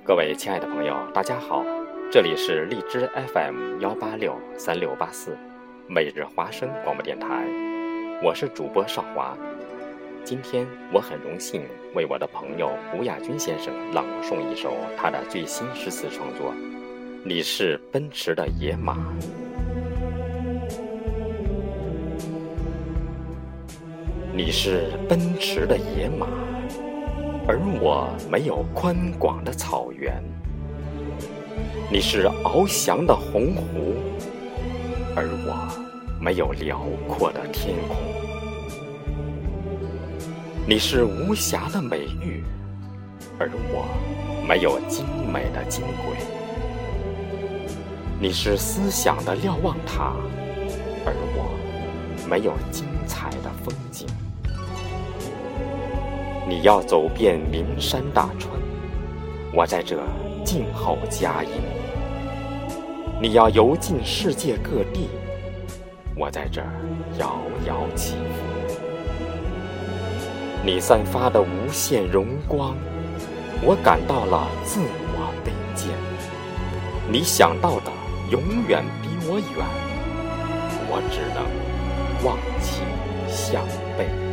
各位亲爱的朋友，大家好，这里是荔枝 FM1863684每日华声广播电台，我是主播邵华。今天我很荣幸为我的朋友吴亚军先生朗诵一首他的最新诗词创作《你是奔驰的野马》。你是奔驰的野马，而我没有宽广的草原。你是翱翔的鸿鹄，而我没有辽阔的天空。你是无瑕的美玉，而我没有精美的金轨。你是思想的瞭望塔，而我没有精彩的风景。你要走遍名山大川，我在这静候佳音。你要游进世界各地，我在这遥遥起伏。你散发的无限荣光，我感到了自我卑贱。你想到的永远比我远，我只能望其项背。